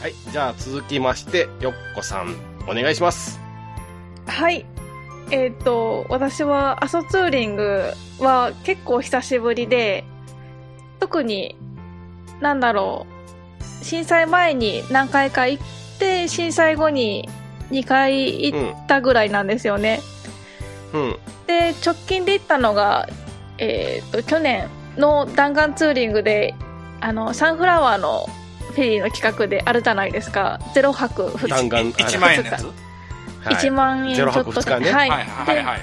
はい、じゃあ続きましてよっこさんお願いします。 はい。私は阿蘇ツーリングは結構久しぶりで、特に震災前に何回か行って、震災後に2回行ったぐらいなんですよね。 うん。 で、直近で行ったのが、去年の弾丸ツーリングで、サンフラワーのフェリーの企画であるじゃないですか。0泊2日。 弾丸 1万円のやつ、 はい、1万円ちょっと。 0泊2日ね。 はい。 はいはい。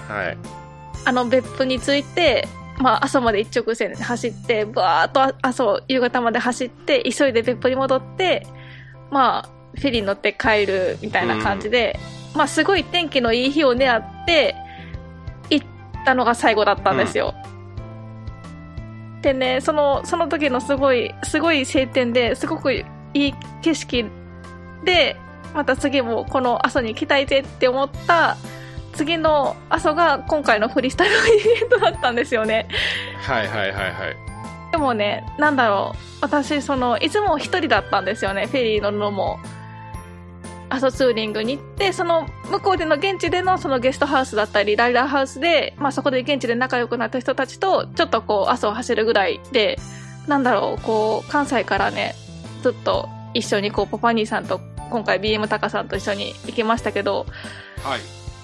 別府に着いて、朝まで一直線で走って、バーっと夕方まで走って、急いで別府に戻って、フェリー乗って帰るみたいな感じで、すごい天気のいい日を狙って、行ったのが最後だったんですよ。でね、その時のすごい晴天ですごくいい景色で、また次もこの阿蘇に行きたいぜって思った次の阿蘇が今回のフリースタイルイベントだったんですよね。 はいはいはいはい。 でもね、私いつも一人だったんですよね。フェリー乗るのも阿蘇ツーリングに行って、その向こうでの現地でのそのゲストハウスだったりライダーハウスで、そこで現地で仲良くなった人たちとちょっと阿蘇を走るぐらいで、関西からねずっと一緒にパパ兄さんと今回 BM タカさんと一緒に行きましたけど、 はい。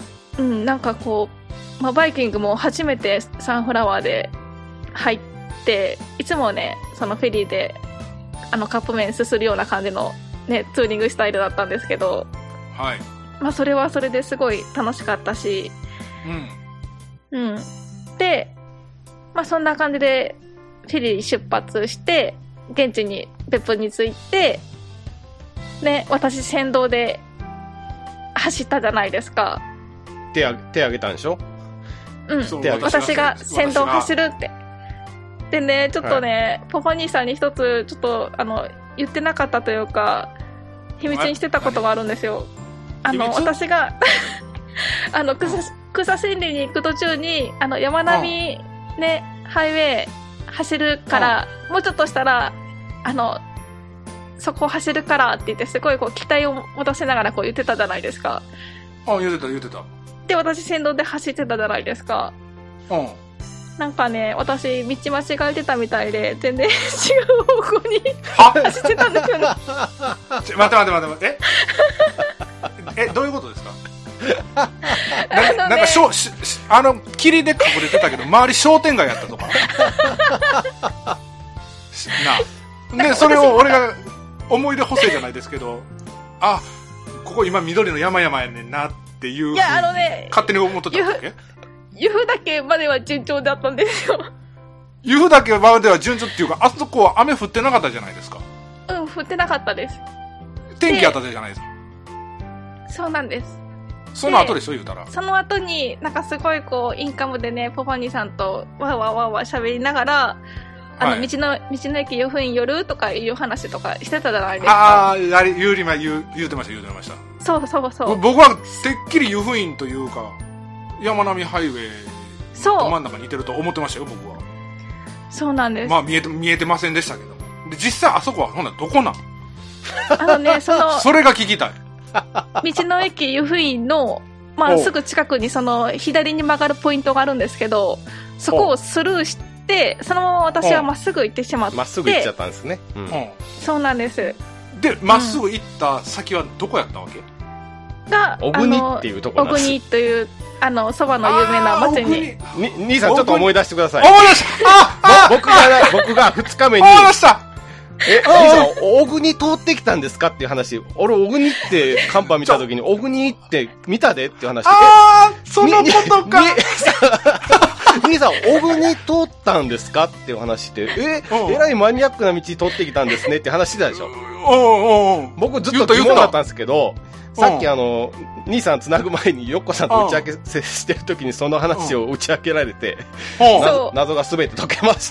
バイキングも初めてサンフラワーで入って、いつもねそのフェリーでカップ麺すするような感じのねツーリングスタイルだったんですけど、 はい。 それはそれですごい楽しかったし、で、そんな感じでフェリー出発して現地に別府に着いて、ね、私先導で走ったじゃないですか。 手挙げたんでしょ。 私が先導走るって。でね、ちょっとね、パパ兄さんに一つちょっと言ってなかったというか秘密にしてたことがあるんですよ。私が草千里に行く途中に山並ね、ハイウェイ走るから、もうちょっとしたらそこを走るからって言って、すごい期待を持たせながら言ってたじゃないですか。 言ってた。 で、私先導で走ってたじゃないですか。私道間違えてたみたいで、全然違う方向に走ってたんですよね。 待ってどういうことですか？霧で隠れてたけど周り商店街やったとかで、それを俺が思い出補正じゃないですけど、ここ今緑の山々やねんなっていう、勝手に思っとったわけ？ 由布岳までは順調だったんですよ。 由布岳までは順調っていうか、あそこは雨降ってなかったじゃないですか。 降ってなかったです。 天気やったじゃないですか。 そうなんです。 その後でしょ、言うたら。 その後にすごいインカムでね、ポパニさんとわーわーわーわー喋りながら、道の駅湯布院寄るとかいう話とかしてたじゃないですか。 言うてました。 そう。 僕はてっきり湯布院というか山並みハイウェイど真ん中にいてると思ってましたよ、僕は。 そうなんです。 見えてませんでしたけど。で、実際あそこはほんならどこなん？それが聞きたい。 道の駅湯布院のすぐ近くに左に曲がるポイントがあるんですけど、そこをスルーしてそのまま私はまっすぐ行ってしまって、 まっすぐ行っちゃったんですね。 そうなんです。 で、まっすぐ行った先はどこやったわけ？ 小国っていうところなんです。 小国というそばの有名な町に。 兄さんちょっと思い出してください。 思い出した。 僕が2日目に。 思い出した。 兄さん小国通ってきたんですかっていう話。俺小国って看板見た時に小国って見たでっていう話で。 そのことか。 兄さん小国通ったんですかっていう話で、えらいマニアックな道通ってきたんですねって話してたでしょ。僕ずっと疑問だったんですけど、さっき兄さんつなぐ前によっこさんと打ち明けしてる時にその話を打ち明けられて、謎が全て解けました。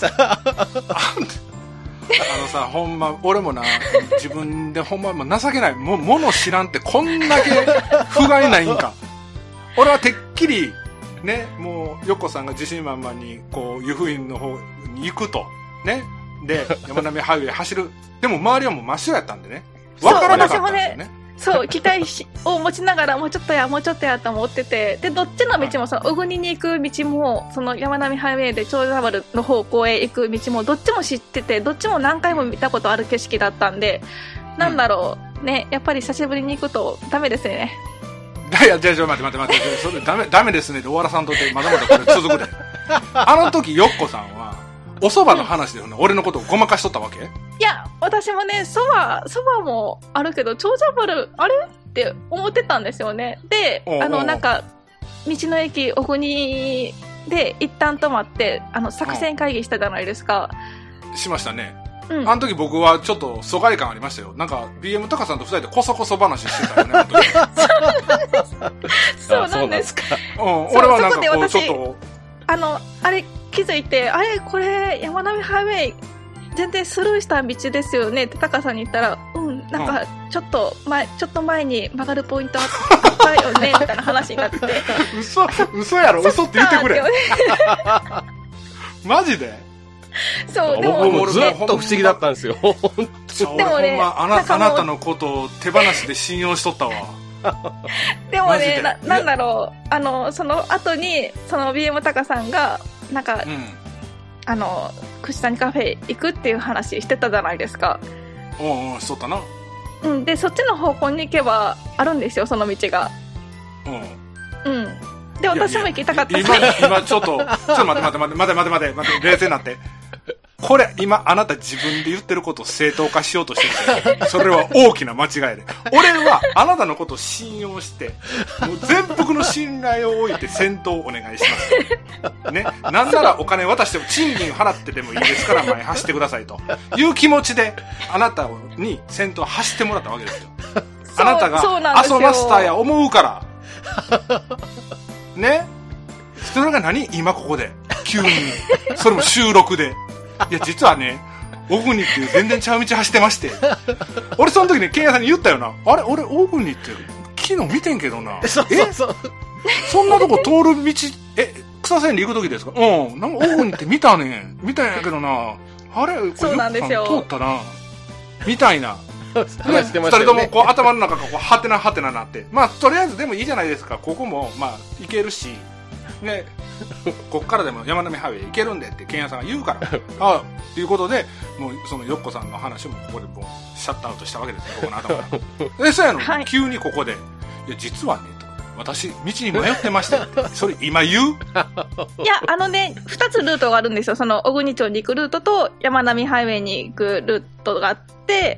ほんま俺もな、自分でほんま情けない、もの知らんってこんだけ不甲斐ないんか。俺はてっきりね、もうよっこさんが自信満々に湯布院の方に行くとね、で山並ハイウェイ走る。でも周りはもう真っ白やったんでね、 わからなかったんですよね。 そう、期待を持ちながら、もうちょっとやと思ってて、で、どっちの道も、その、小国に行く道も、その、山並ハイウェイで長者丸の方向へ行く道も、どっちも知ってて、どっちも何回も見たことある景色だったんで、なんだろう、ね、やっぱり久しぶりに行くとダメですね。 いや、じゃあ、待って、それダメですねって終わらさんとって、まだまだこれ続くで。あの時、よっこさんは、お蕎麦の話で、俺のことをごまかしとったわけ？ いや、私もね、蕎麦もあるけど、長者丸、あれって思ってたんですよね。で、なんか、道の駅、小国で一旦止まって、作戦会議したじゃないですか。 しましたね。あの時僕はちょっと疎外感ありましたよ。なんか BM タカさんと二人でコソコソ話してたよね。 そうなんですか。 俺はなんかこうちょっとあれ気づいて、あれこれ山並ハイウェイ全然スルーした道ですよねってタカさんに言ったら、なんかちょっと前に曲がるポイントあったよねみたいな話になって。 嘘やろ、嘘って言ってくれ。マジで？ そう、でもずっと不思議だったんですよ。 でもね、あなたのことを手放しで信用しとったわ。 でもね、なんだろう、その後にその BM タカさんがなんか、串谷カフェ行くっていう話してたじゃないですか。 しとったな。 でそっちの方向に行けばあるんですよ、その道が。で私も行きたかったし。 今ちょっと待って冷静になって。これ今あなた自分で言ってることを正当化しようとしてる。それは大きな間違いで。俺はあなたのことを信用して、もう全幅の信頼を置いて先頭をお願いします。ね。なんならお金渡しても賃金払ってでもいいですから前走ってくださいという気持ちであなたに先頭走ってもらったわけですよ。あなたが阿蘇マスターや思うから。ね。それが何？今ここで急にそれも収録で。いや実はね、小国っていう全然ちゃう道走ってまして、俺その時ね、ケンヤさんに言ったよな。あれ俺小国って昨日見てんけどな。そんなとこ通る道、草千里行く時ですか？なんか小国って見たんやけどな。あれこれそうなんですよ。 通ったな。みたいな。 話してましたよね。 二人ともこう頭の中がこうハテナハテナなって、まあとりあえずでもいいじゃないですか。ここもまあ行けるし。ね、こっからでも山並ハイウェイ行けるんでってケンヤさんが言うからということでもうそのよっこさんの話もここでもうシャットアウトしたわけですよ、ここの頭からでそうやの、はい、急にここでいや実はねと私道に迷ってましたってそれ今言う？いや2つルートがあるんですよ。その小国町に行くルートと山並ハイウェイに行くルートがあって、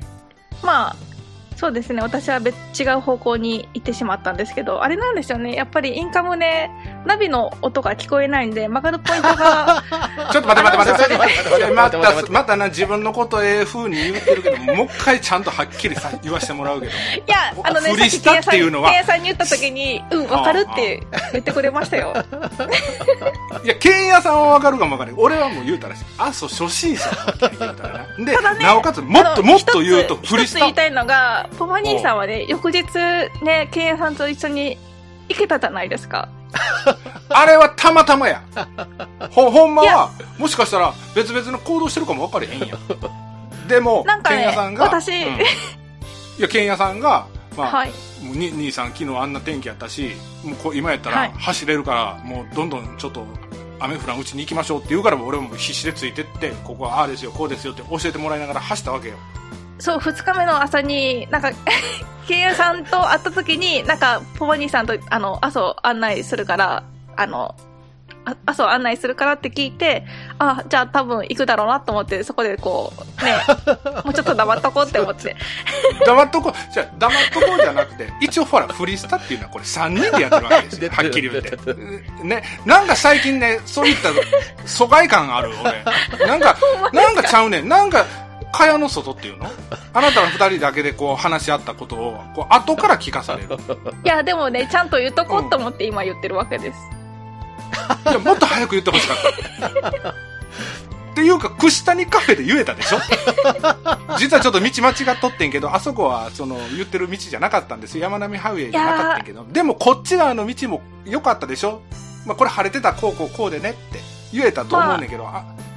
まあそうですね、私は違う方向に行ってしまったんですけど、あれなんですよね、やっぱりインカムでナビの音が聞こえないんで曲がるポイントがちょっと待ってまたな、自分のこと風に言ってるけどもう一回ちゃんとはっきり言わせてもらうけども、 いやフリしたっていうのはケンヤさんに言った時に分かるって言ってくれましたよ。 いやケンヤさんは分かるかも分かる、俺はもう言うたらそう初心者って言うたらなで、ね、なおかつもっと言うとフリした。 一つ言いたいのがポマ兄さんはね、翌日ね、ケンヤさんと一緒に行けたじゃないですか。 あれはたまたまや。ほんまはもしかしたら別々の行動してるかも分かれへんや。でもなんかね、 ケンヤさんが私、 いやケンヤさんが、まあ、 はい、 もう兄さん昨日あんな天気やったし、もう今やったら走れるから、はい、もうどんどんちょっと雨降らんうちに行きましょうって言うから、俺も必死でついてって、ここはああですよこうですよって教えてもらいながら走ったわけよ。 そう、2日目の朝になんかケンヤさんと会った時になんかポマ兄さんと阿蘇案内するから阿蘇案内するからって聞いて、じゃあ多分行くだろうなと思って、そこでこうねもうちょっと黙っとこうって思って黙っとこうじゃなくて、一応ほらフリスタっていうのはこれ3人でやってるわけですよはっきり言ってね。なんか最近ね、そういった疎外感ある俺なんかちゃうねん、なんか蚊帳の外っていうの、あなたの2人だけでこう話し合ったことをこう後から聞かされる。 いやでもね、ちゃんと言っとこうと思って今言ってるわけです。 いやもっと早く言ってほしかったっていうか串谷カフェで言えたでしょ実はちょっと道間違っとってんけど、あそこはその言ってる道じゃなかったんですよ、山並ハイウェイじゃなかったんけど、でもこっち側の道も良かったでしょ、まあ、これ晴れてたこうでねって言えたと思うねんけど、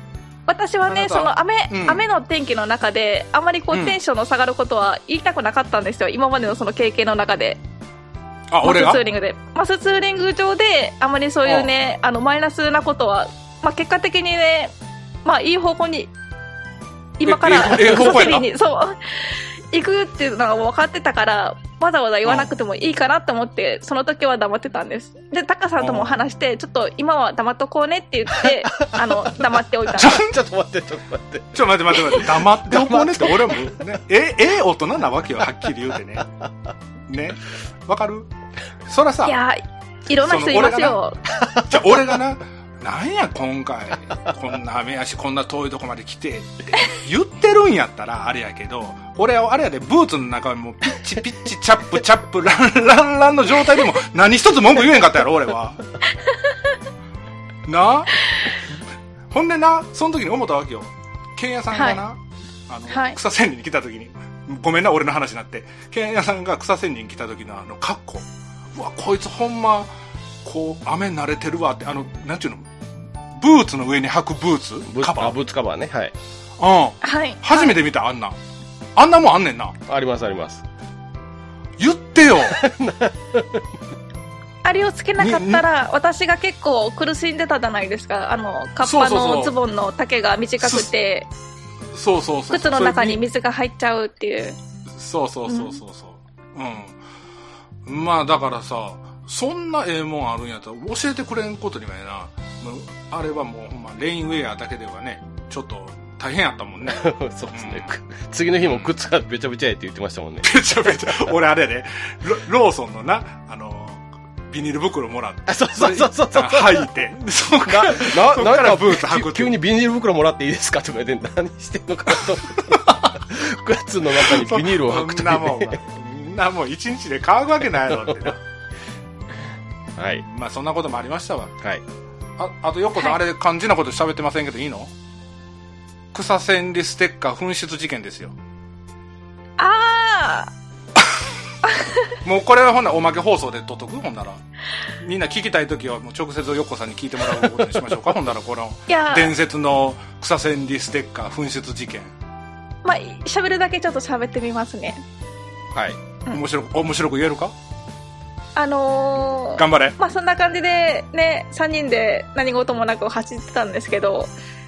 私はね、その雨の天気の中で、あまりこう、テンションの下がることは言いたくなかったんですよ。今までのその経験の中で。 俺がマスツーリングで。マスツーリング上で、あまりそういうね、マイナスなことは、結果的にね、いい方向に、今から、そう、行くっていうのが分かってたから、わざわざ言わなくてもいいかなと思って、その時は黙ってたんです。で、タカさんとも話して、ちょっと今は黙っとこうねって言って、黙っておいたんです。 ちょっと待って。 待って、黙っておこうねって俺も、ね、大人なわけよ、はっきり言うてね。ね。わかる？そらさ。 いや、いろんな人いますよ。 じゃあ俺がな、なんや今回、こんな雨やし、こんな遠いとこまで来てって言ってるんやったらあれやけど、俺はあれやで、ブーツの中はもうピッチピッチ、チャップチャップ、ランランランの状態でも何一つ文句言えんかったやろ、俺は。な？ほんでな、その時に思ったわけよ。ケンヤさんがな、草千里に来た時に、ごめんな、俺の話になって、ケンヤさんが草千里に来た時の格好。うわ、こいつほんま、こう、雨慣れてるわって、なんちゅうの、ブーツの上に履くブーツカバー。 ブーツカバーね、はい。 はい。 初めて見た、あんなもんあんねんな。 あります。 言ってよ。 あれをつけなかったら、私が結構苦しんでたじゃないですか。カッパのズボンの丈が短くて、 そう。 靴の中に水が入っちゃうっていう。 そう。だからさ、そんなええもんあるんやったら教えてくれんことにはやな。あれはもうほんまレインウェアだけではね、ちょっと大変やったもんね。 そうですね。次の日も靴がべちゃべちゃやって言ってましたもんね。 べちゃべちゃ。俺あれね、ローソンのな、ビニール袋もらって。 そう。 履いて。そっからブーツ履くって。 急にビニール袋もらっていいですかとか言って何してんのかなと思って。靴の中にビニールを履くとそんなもん一日で乾くわけないやろってな。 はい。 そんなこともありましたわ。 はい。 あと、よっこさん、あれ、肝心なこと喋ってませんけど、いいの？草千里ステッカー紛失事件ですよ。もうこれはほんならおまけ放送で撮っとく？ほんなら。みんな聞きたいときは、もう直接よっこさんに聞いてもらうことにしましょうか。ほんなら、この、伝説の草千里ステッカー紛失事件。 喋るだけちょっと喋ってみますね。 はい。 面白く言えるか？頑張れ。 そんな感じでね、3人で何事もなく走ってたんですけど、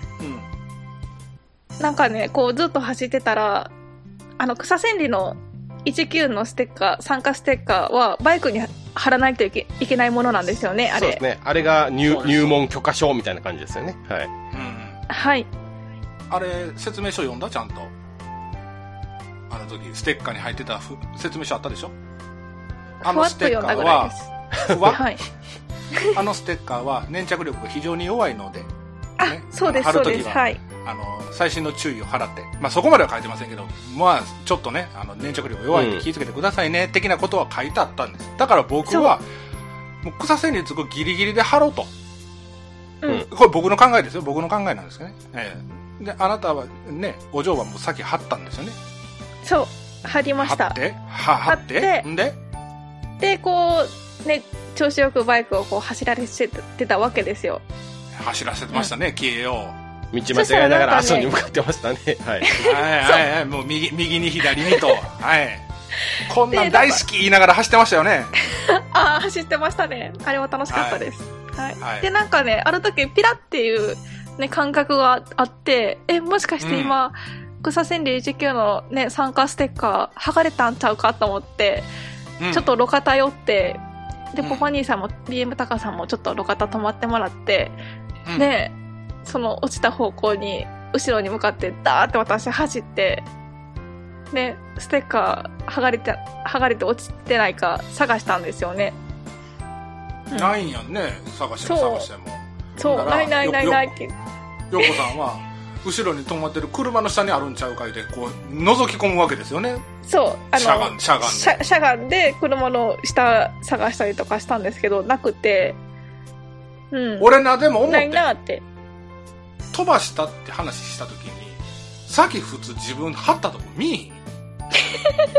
なんかね、こうずっと走ってたら、草千里の19のステッカー、参加ステッカーはバイクに貼らないといけないものなんですよね、あれ。 そうですね。あれが入門許可証みたいな感じですよね。はい。 はい。 あれ、説明書読んだ？ちゃんと。あの時、ステッカーに入ってた説明書あったでしょ？あのステッカーは、はい、あのステッカーは粘着力が非常に弱いので、 そうです、そうです。はい。 細心の注意を払って、そこまでは書いてませんけど、ちょっとね、粘着力弱いんで気をつけてくださいね、的なことは書いてあったんです。だから僕は、もう草千里につくギリギリで貼ろうと。これ僕の考えですよ。僕の考えなんですけどね。で、あなたはね、お嬢はもう先貼ったんですよね。 そう、貼りました。 貼って、 で、こう、ね、調子よくバイクをこう走らせてたわけですよ。 走らせてましたね、消えよう。道間違いながら阿蘇に向かってましたね。はい。 はい、もう右に左にと。はい。こんなん大好き言いながら走ってましたよね。 走ってましたね。あれは楽しかったです。はい。で、なんかね、ある時ピラっていうね、感覚があって、もしかして今、草千里19のね、参加ステッカー剥がれたんちゃうかと思って、ちょっと路肩寄って、で、ポパ兄さんも BM タカさんもちょっと路肩止まってもらって、で、その落ちた方向に、後ろに向かってダーって私走って、で、ステッカー剥がれて落ちてないか探したんですよね。 ないんやんね、探しても。 そう、ないって。 よこさんは、後ろに止まってる車の下にあるんちゃうかいで、こう、覗き込むわけですよね。 そう、 しゃがんで車の下探したりとかしたんですけど、なくて、 俺でも思って。 ないなって。 飛ばしたって話した時に、さっき普通自分貼ったとこ見えへん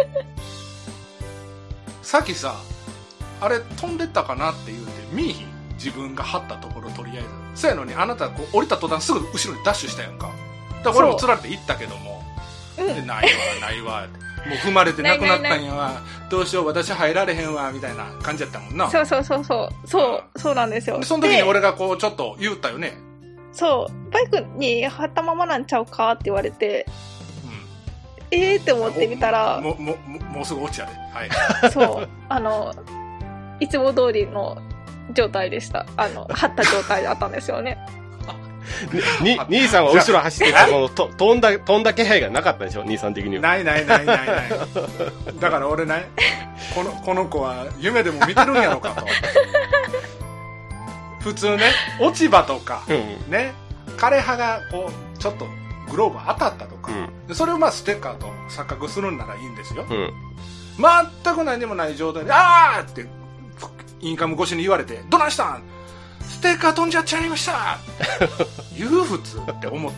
さっきさ、あれ飛んでったかなって言うて見えへん自分が張ったところとりあえず。そうやのにあなたこう降りた途端すぐ後ろにダッシュしたやんか。だから俺も釣られて行ったけども、でないわもう踏まれてなくなったんやわ、どうしよう私入られへんわみたいな感じやったもんな。 そうなんですよ。 でその時に俺がこうちょっと言ったよね。 そうバイクに貼ったままなんちゃうかって言われて、って思ってみたらもうすぐ落ちやで、はい、 そういつも通りの状態でした。張った状態だったんですよね。 兄さんは後ろ走ってて飛んだ気配がなかったんでしょ、兄さん的には。 ないだから俺ね、この子は夢でも見てるんやろかと。普通ね、落ち葉とか、ね、枯葉がこうちょっとグローブ当たったとか、でそれをステッカーと錯覚するんならいいんですよ、全く何でもない状態であーってインカム越しに言われて、どないしたん、ステッカー飛んじゃっちゃいました言う普通って思った、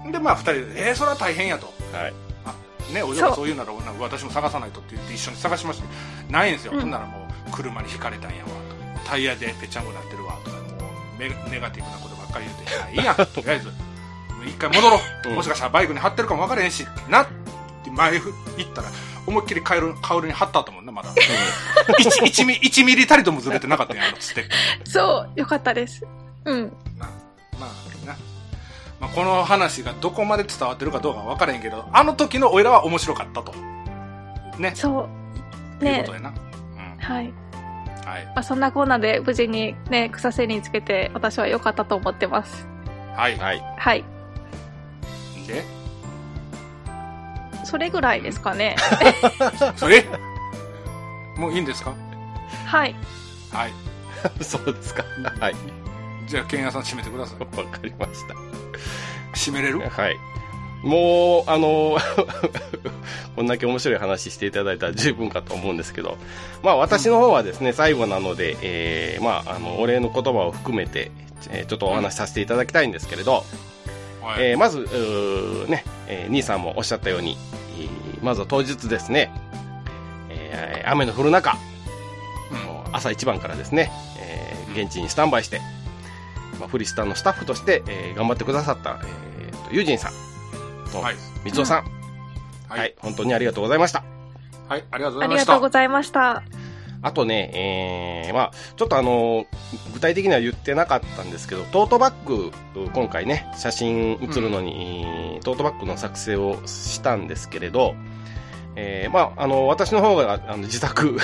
で2人でそれは大変やと、ね、お嬢がそう言うなら私も探さないとって言って一緒に探しました。ないんですよ、ほんならもう車にひかれたんやわと、タイヤでぺちゃんこになってるわとか、もうネガティブなことばっかり言うて、いいやとりあえず一回戻ろう、もしかしたらバイクに貼ってるかも分からへんしなって前行ったら思いっきりカウルに貼ったと思うな、まだ1ミリたりともずれてなかったんや、ステッカー。 そうよかったです。 この話がどこまで伝わってるかどうか分からへんけど、あの時のおいらは面白かったとね、 そうね、いうことやな、 はいそんなコーナーで無事にね草千里につけて私は良かったと思ってます。 はいでそれぐらいですかね。 それもういいんですか。 はいそうですか。はい、 じゃあケンヤさん締めてください。 わかりました。 締めれる？ はい、もうこんだけ面白い話していただいたら十分かと思うんですけど、私の方はですね、最後なので、お礼の言葉を含めて、ちょっとお話しさせていただきたいんですけれど、まずね、兄さんもおっしゃったように、まずは当日ですね、雨の降る中、朝一番からですね、現地にスタンバイして、フリスタのスタッフとして、頑張ってくださった、ユージンさんと光雄さん、本当にありがとうございました。 はい、ありがとうございました。 あとね、ちょっと具体的には言ってなかったんですけど、トートバッグ、今回ね、写真写るのに、トートバッグの作成をしたんですけれど、私の方が自作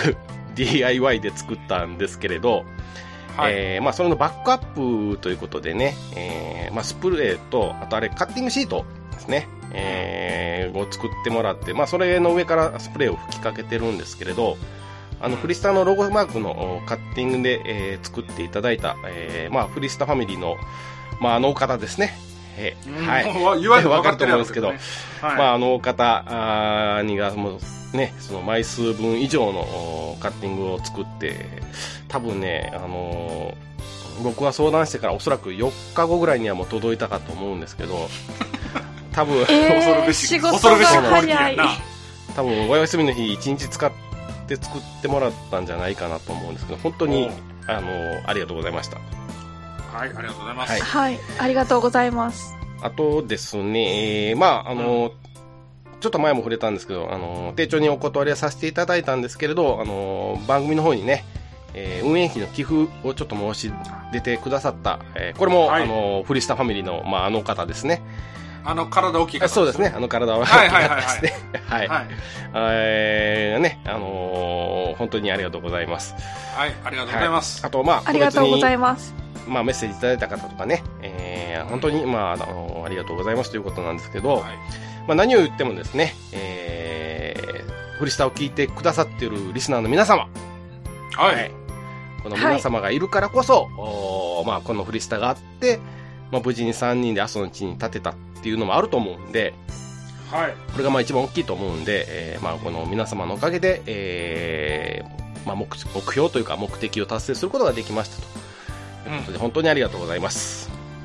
DIY で作ったんですけれど、それのバックアップということでね、スプレーと、あとカッティングシートですね、を作ってもらって、それの上からスプレーを吹きかけてるんですけれど、フリスタのロゴマークのカッティングで、作っていただいた、フリスタファミリーの、お方ですね。 言われて分かると思うんですけど、 ね、 お方にがもうね、その枚数分以上のカッティングを作って、多分ね、僕が相談してからおそらく4日後ぐらいにはもう届いたかと思うんですけど、多分、 恐るべし仕事が早い。 多分お休みの日1日使って作ってもらったんじゃないかなと思うんですけど、本当にありがとうございました。 はい、ありがとうございます。 はい、ありがとうございます。 あとですね、ちょっと前も触れたんですけど、丁重にお断りはさせていただいたんですけれど、番組の方にね、運営費の寄付をちょっと申し出てくださった、これも、フリスタファミリーの、方ですね。 体大きい方です。 そうですね、体大きい方ですね。ね、本当にありがとうございます。 はい、ありがとうございます。 あと、 ありがとうございます。 メッセージいただいた方とかね、本当に、ありがとうございますということなんですけど、何を言ってもですね、フリスタを聞いてくださっているリスナーの皆様、この皆様がいるからこそ、このフリスタがあって、無事に3人で阿蘇の地に立てたっていうのもあると思うんで、これが一番大きいと思うんで、この皆様のおかげで、目標というか目的を達成することができましたということで、本当にありがとうございます。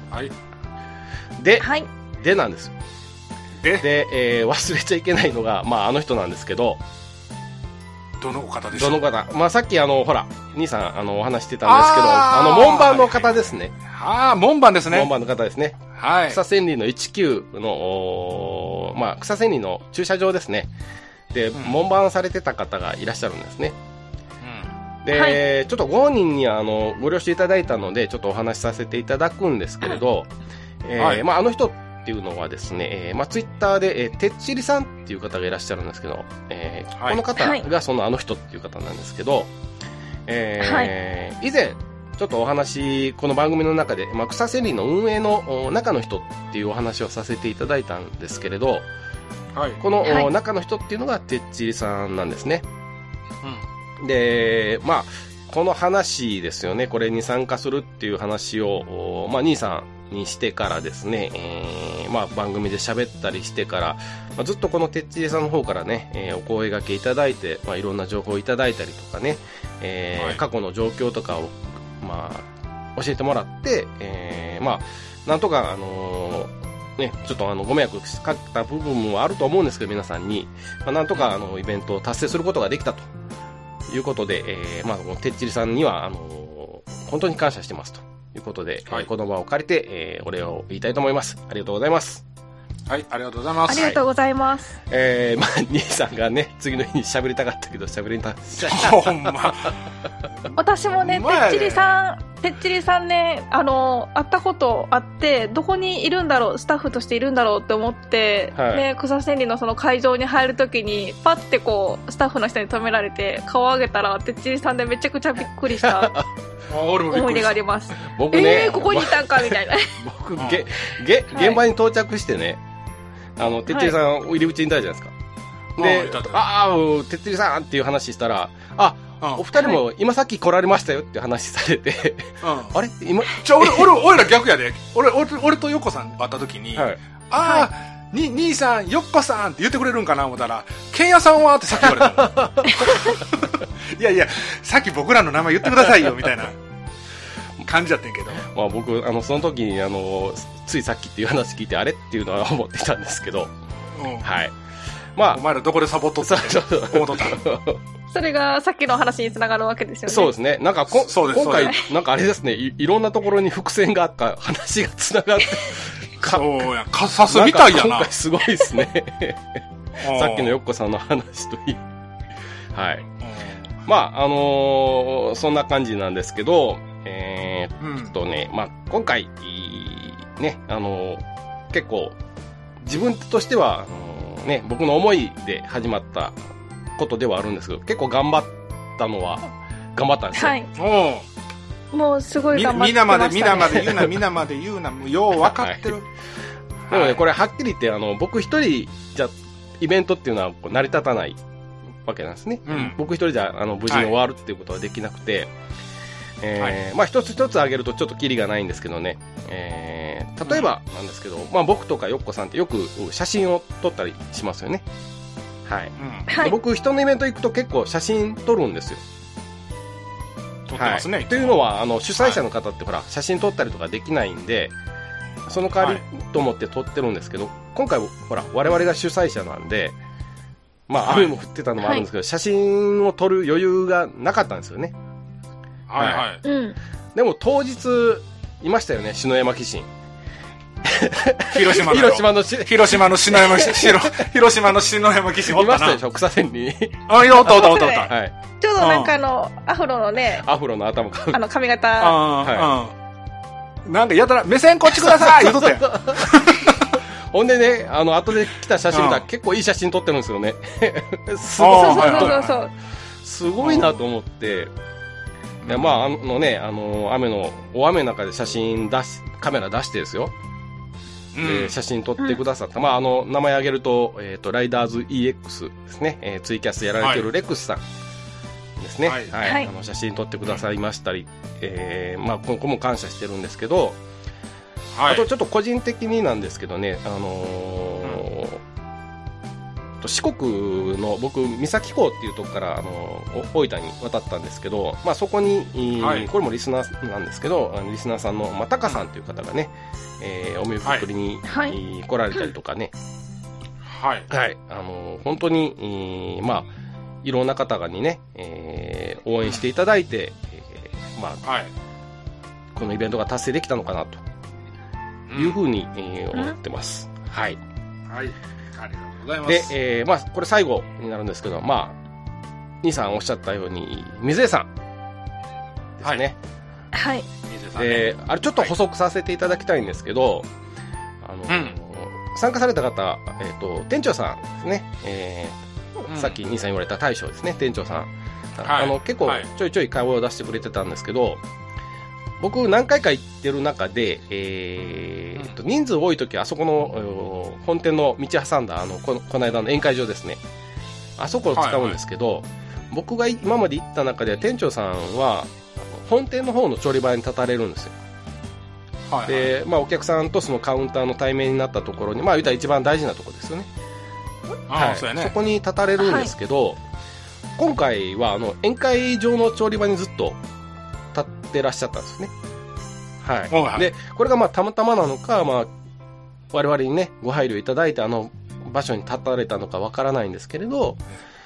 でなんですよ。 で、 忘れちゃいけないのが、あの人なんですけど、 どの方でしょう？ どの方？まあさっきほら、兄さんお話してたんですけど、門番の方ですね。 門番ですね。 門番の方ですね。 はい。 草千里の19の、まあ草千里の駐車場ですね。で、門番されてた方がいらっしゃるんですね。で、はい、ちょっとご本人にはご了承いただいたので、ちょっとお話しさせていただくんですけれど、まあ人っていうのはですね、まあツイッターで、てっちりさんっていう方がいらっしゃるんですけど、この方がその人っていう方なんですけど、以前、ちょっとお話、この番組の中で、まあ、草千里の運営の中の人っていうお話をさせていただいたんですけれど、この中の人っていうのがてっちりさんなんですね。で、まあ、この話ですよね、これに参加するっていう話を、まあ、兄さんにしてからですね、まあ、番組で喋ったりしてから、まあ、ずっとこのてっちりさんの方からね、お声掛けいただいて、まあ、いろんな情報をいただいたりとかね、過去の状況とかを、まあ、教えてもらって、まあ、なんとか、ね、ちょっとご迷惑かけた部分もあると思うんですけど、皆さんに、まあ、なんとかイベントを達成することができたということで、まあ、てっちりさんには本当に感謝してますということで、この場を借りて、お礼を言いたいと思います。ありがとうございます。 はい、ありがとうございます。 ありがとうございます。 まあ、兄さんがね、次の日に喋りたかったけど、喋れんた。 ほんま。 私もね、てっちりさんね、会ったことあって、どこにいるんだろう、スタッフとしているんだろうって思って、ね、草千里のその会場に入るときに、パッてこう、スタッフの人に止められて、顔を上げたら、てっちりさんでめちゃくちゃびっくりした。思い出があります。 僕ね、 ここにいたんかみたいな。 僕、現場に到着してね、てっちりさん、入り口にいたじゃないですか。で、てっちりさんっていう話したら、お二人も今さっき来られましたよって話されて、あれ今、 俺ら逆やで。俺とヨッコさん会った時に、兄さん、ヨッコさんって言ってくれるんかな思ったら、ケンヤさんはってさっき言われたの。いやいや、さっき僕らの名前言ってくださいよみたいな感じだったんやけど。 まあ僕、その時についさっきっていう話聞いて、あれっていうのは思ってたんですけど、はい。まあ、 お前らどこでサボっとって思っとったそれがさっきの話につながるわけですよね。 そうですね。なんか今回、なんかあれですね、いろんなところに伏線があった話がつながって、 そうや、かさすみたいやな。 今回すごいですね。さっきのよっこさんの話といい。はい。まあ、そんな感じなんですけど、まあ、今回、ね、結構、自分としては、ね、僕の思いで始まったことではあるんですけど、結構頑張ったんですよ。はい。 もうすごい頑張ってましたね。 皆まで言うな、もうよう分かってる。 でもね、これはっきり言って、僕一人じゃ、イベントっていうのは成り立たないわけなんですね。僕一人じゃ、無事に終わるっていうことはできなくて、まあ一つ一つ挙げるとちょっとキリがないんですけどね、例えばなんですけど、まあ僕とかよっこさんってよく写真を撮ったりしますよね。はい。僕人のイベント行くと結構写真撮るんですよ。 撮ってますね。 というのは、主催者の方ってほら、写真撮ったりとかできないんで、その代わりと思って撮ってるんですけど、今回ほら、我々が主催者なんで、まあ雨も降ってたのもあるんですけど、写真を撮る余裕がなかったんですよね。でも当日いましたよね、篠山紀信。 広島の篠山紀信いましたでしょ、草千里に。 おった。 はい。ちょうどなんかアフロのね、 アフロの頭か髪型。 なんかやたら目線こっちください言うとったよ。 ほんでね、後で来た写真見たら結構いい写真撮ってるんですよね。すごいなと思って。まあ、大雨の中でカメラ出してですよ。写真撮ってくださった。まあ、名前挙げると、ライダーズ EX ですね。ツイキャスやられてるレクスさんですね。はい。写真撮ってくださいましたり、まあ、今後も感謝してるんですけど、あとちょっと個人的になんですけどね、四国の僕三崎港っていうとこから大分に渡ったんですけど、まあ、そこに、これもリスナーなんですけど、リスナーさんのタカさんという方がね、お見送りに、来られたりとかね、本当に、まあいろんな方がにね、応援していただいて、このイベントが達成できたのかなというふうに、思ってます。はい。 はい。ありがとうございます。 で、これ最後になるんですけど、兄さんおっしゃったように、水江さんですね。 はい。 水江さんね。 あれちょっと補足させていただきたいんですけど、参加された方、店長さんですね。さっき兄さん言われた大将ですね、店長さん。結構ちょいちょい顔を出してくれてたんですけど、僕何回か行ってる中で、人数多い時はあそこの本店の道挟んだこの間の宴会場ですね、あそこを使うんですけど、僕が今まで行った中では店長さんは本店の方の調理場に立たれるんですよ。で、お客さんとそのカウンターの対面になったところに、言ったら一番大事なところですよね。そこに立たれるんですけど、今回は宴会場の調理場にずっと立ってらっしゃったんですよね。で、これがたまたまなのか、我々にねご配慮いただいて場所に立たれたのかわからないんですけれど、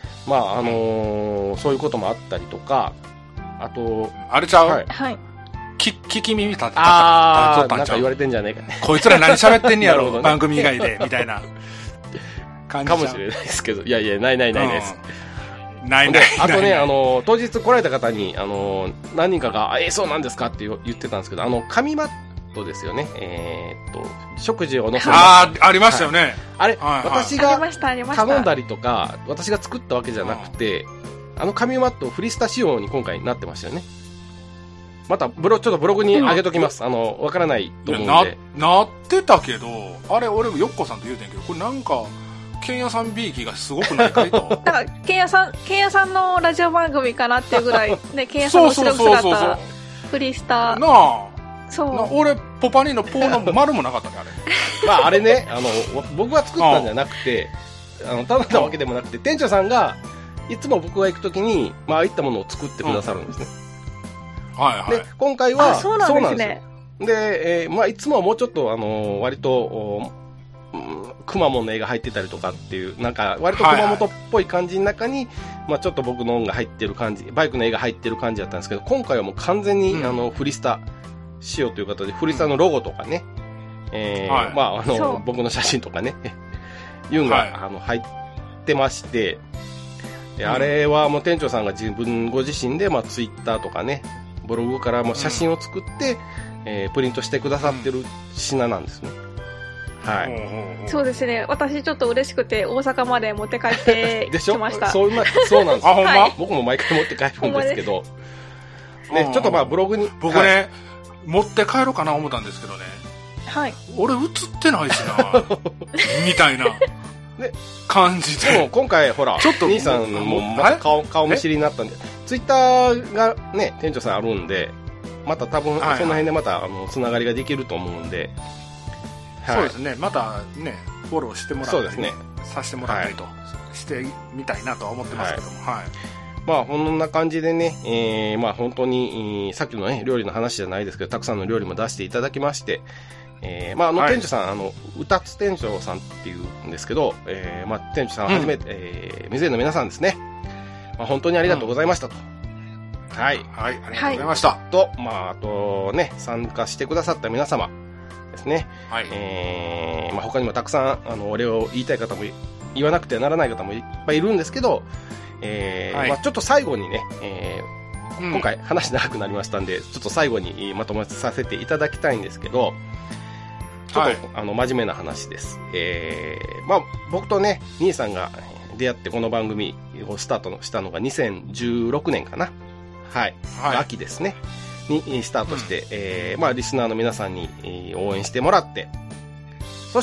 そういうこともあったりとか、あとあれちゃう、 はい、 聞き耳立てたなんか言われてんじゃねえかこいつら何喋ってんねやろ、ね、番組以外でみたいな感じかもしれないですけど、いやないです。 ない。 あとね、当日来られた方に、何人かが、そうなんですかって言ってたんですけど、紙マットですよね。食事を載せる。 ありましたよね。 あれ、私が頼んだりとか、私が作ったわけじゃなくて、紙マットフリスタ仕様に今回なってましたよね。またちょっとブログに上げときます。わからないと思うんで。 なってたけど、あれ、俺、よっこさんと言うてんけど、これなんか、ケンヤさんビーキがすごくないかいと。 だからケンヤさんのラジオ番組かなっていうぐらいね、ケンヤさんの後ろ姿フリースターなあ、そう俺ポパニのポーの丸もなかったねあれ。あれね、僕が作ったんじゃなくて、頼んだわけでもなくて、店長さんがいつも僕が行くときにああいったものを作ってくださるんですね。で今回はそうなんですね。 で、いつもはもうちょっと割とくまモンの絵が入ってたりとかっていう、なんか割と熊本っぽい感じの中に、ちょっと僕の音が入ってる感じ、バイクの絵が入ってる感じだったんですけど、今回はもう完全にフリスタ仕様ということで、フリスタのロゴとかね、僕の写真とかねいうのが、入ってまして、あれはもう店長さんがご自身でツイッターとかね、ブログからも写真を作って、プリントしてくださってる品なんですね。 そうですね。私ちょっと嬉しくて大阪まで持って帰ってきました。 そうなんです。 ほんま？ 僕も毎回持って帰るんですけど、ね、ちょっとブログに僕ね、持って帰ろうかな思ったんですけどね。俺映ってないしなみたいな感じで。 でも今回ほら、ちょっと兄さんも顔見知りになったんで、ツイッターがね店長さんあるんで、また多分その辺でまたつながりができると思うんで。 そうですね、またねフォローしてもらったり、ね、させてもらったりとしてみたいなとは思ってますけども、 こんな感じでね、本当にさっきのね料理の話じゃないですけど、たくさんの料理も出していただきまして、店長さん歌津店長さんっていうんですけど、店長さんはじめ、水江の皆さんですね、本当にありがとうございましたと。 ありがとうございました。 と、あとね参加してくださった皆様ですね。他にもたくさんお礼を言いたい方も言わなくてはならない方もいっぱいいるんですけど、ちょっと最後にね、今回話長くなりましたんで、ちょっと最後にまとめさせていただきたいんですけど、ちょっと、真面目な話です。僕とね兄さんが出会ってこの番組をスタートしたのが2016年かな。秋ですねにスタートして、リスナーの皆さんに応援してもらって、そして、